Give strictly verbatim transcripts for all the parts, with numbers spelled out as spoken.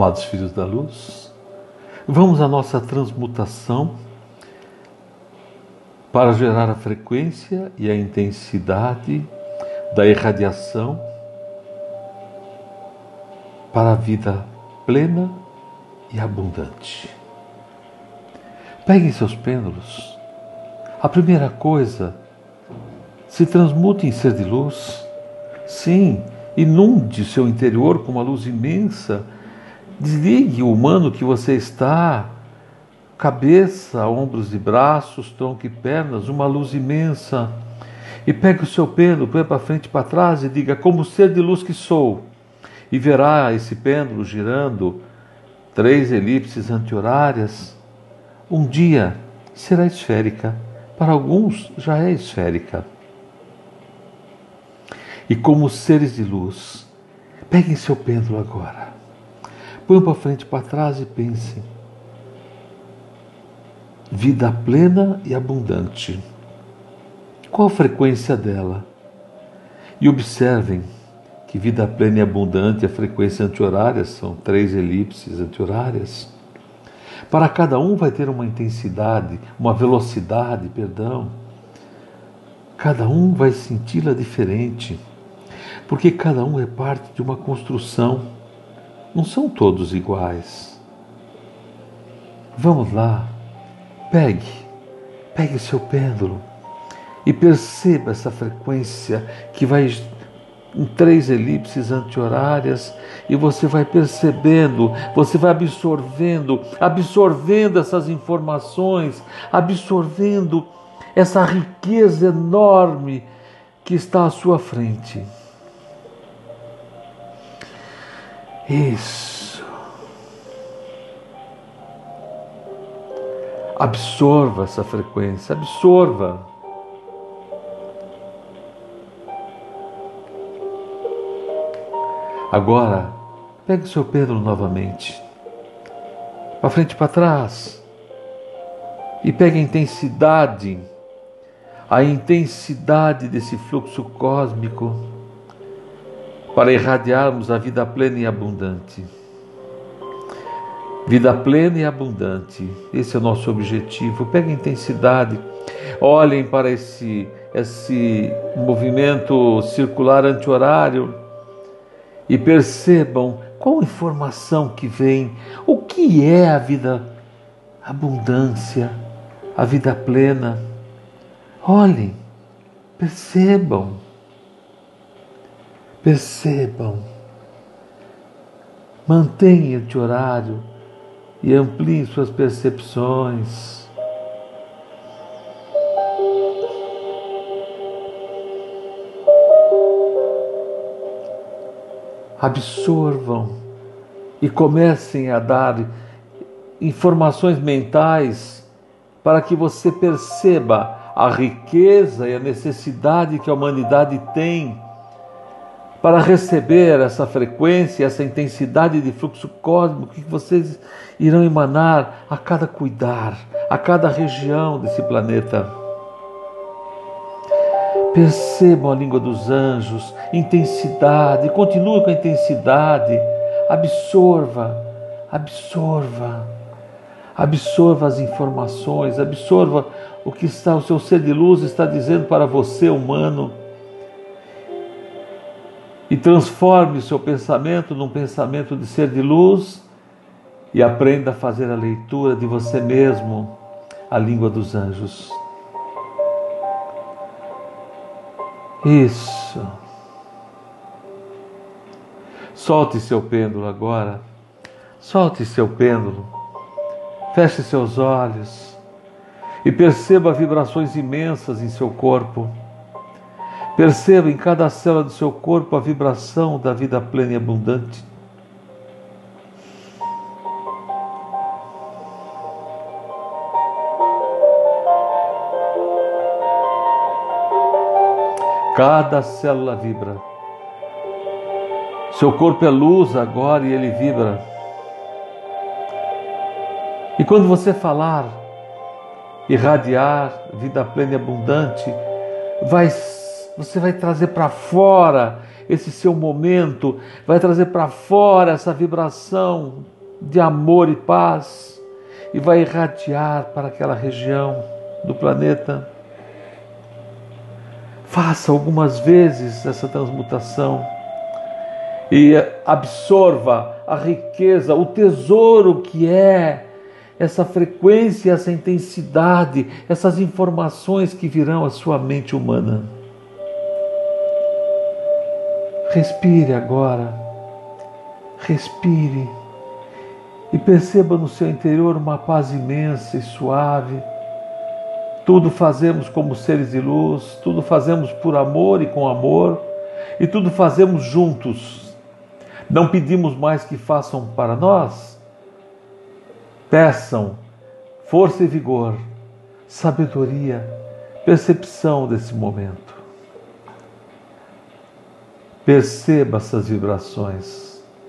Amados filhos da luz, vamos à nossa transmutação para gerar a frequência e a intensidade da irradiação para a vida plena e abundante. Peguem seus pêndulos. A primeira coisa, se transmute em ser de luz. Sim, inunde seu interior com uma luz imensa. Desligue o humano que você está, cabeça, ombros e braços, tronco e pernas, uma luz imensa. E pegue o seu pêndulo, põe para frente e para trás e diga: como ser de luz que sou. E verá esse pêndulo girando, três elipses anti-horárias. Um dia será esférica, para alguns já é esférica. E como seres de luz, peguem seu pêndulo agora. Põe para frente e para trás e pense: vida plena e abundante. Qual a frequência dela? E observem que vida plena e abundante, a frequência anti-horária são três elipses anti-horárias. Para cada um vai ter uma intensidade, uma velocidade, perdão. Cada um vai senti-la diferente, porque cada um é parte de uma construção. Não são todos iguais. Vamos lá, pegue, pegue seu pêndulo e perceba essa frequência que vai em três elipses anti-horárias e você vai percebendo, você vai absorvendo, absorvendo essas informações, absorvendo essa riqueza enorme que está à sua frente. Isso. Absorva essa frequência, absorva. Agora, pegue o seu pêndulo novamente, para frente e para trás, e pegue a intensidade, a intensidade desse fluxo cósmico, para irradiarmos a vida plena e abundante. Vida plena e abundante, esse é o nosso objetivo. Pegue a intensidade, olhem para esse, esse movimento circular anti-horário e percebam qual a informação que vem, o que é a vida abundância, a vida plena. Olhem, percebam. Percebam, mantenham o horário e ampliem suas percepções. Absorvam e comecem a dar informações mentais para que você perceba a riqueza e a necessidade que a humanidade tem para receber essa frequência, essa intensidade de fluxo cósmico que vocês irão emanar a cada cuidar, a cada região desse planeta. Percebam a língua dos anjos, intensidade, continue com a intensidade, absorva, absorva, absorva as informações, absorva o que está, o seu ser de luz está dizendo para você, humano. E transforme o seu pensamento num pensamento de ser de luz e aprenda a fazer a leitura de você mesmo, a língua dos anjos. Isso. Solte seu pêndulo agora. Solte seu pêndulo. Feche seus olhos e perceba vibrações imensas em seu corpo. Perceba em cada célula do seu corpo a vibração da vida plena e abundante. Cada célula vibra. Seu corpo é luz agora e ele vibra. E quando você falar, irradiar vida plena e abundante, vai Você vai trazer para fora esse seu momento, vai trazer para fora essa vibração de amor e paz e vai irradiar para aquela região do planeta. Faça algumas vezes essa transmutação e absorva a riqueza, o tesouro que é essa frequência, essa intensidade, essas informações que virão à sua mente humana. Respire agora, respire e perceba no seu interior uma paz imensa e suave. Tudo fazemos como seres de luz, tudo fazemos por amor e com amor, e tudo fazemos juntos. Não pedimos mais que façam para nós. Peçam força e vigor, sabedoria, percepção desse momento. Perceba essas vibrações.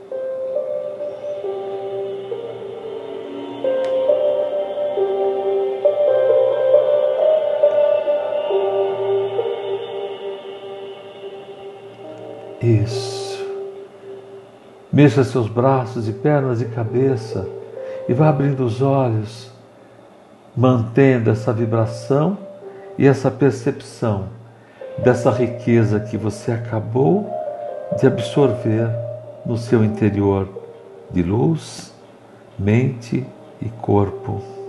Isso. Mexa seus braços e pernas e cabeça e vá abrindo os olhos, mantendo essa vibração e essa percepção dessa riqueza que você acabou de absorver no seu interior de luz, mente e corpo.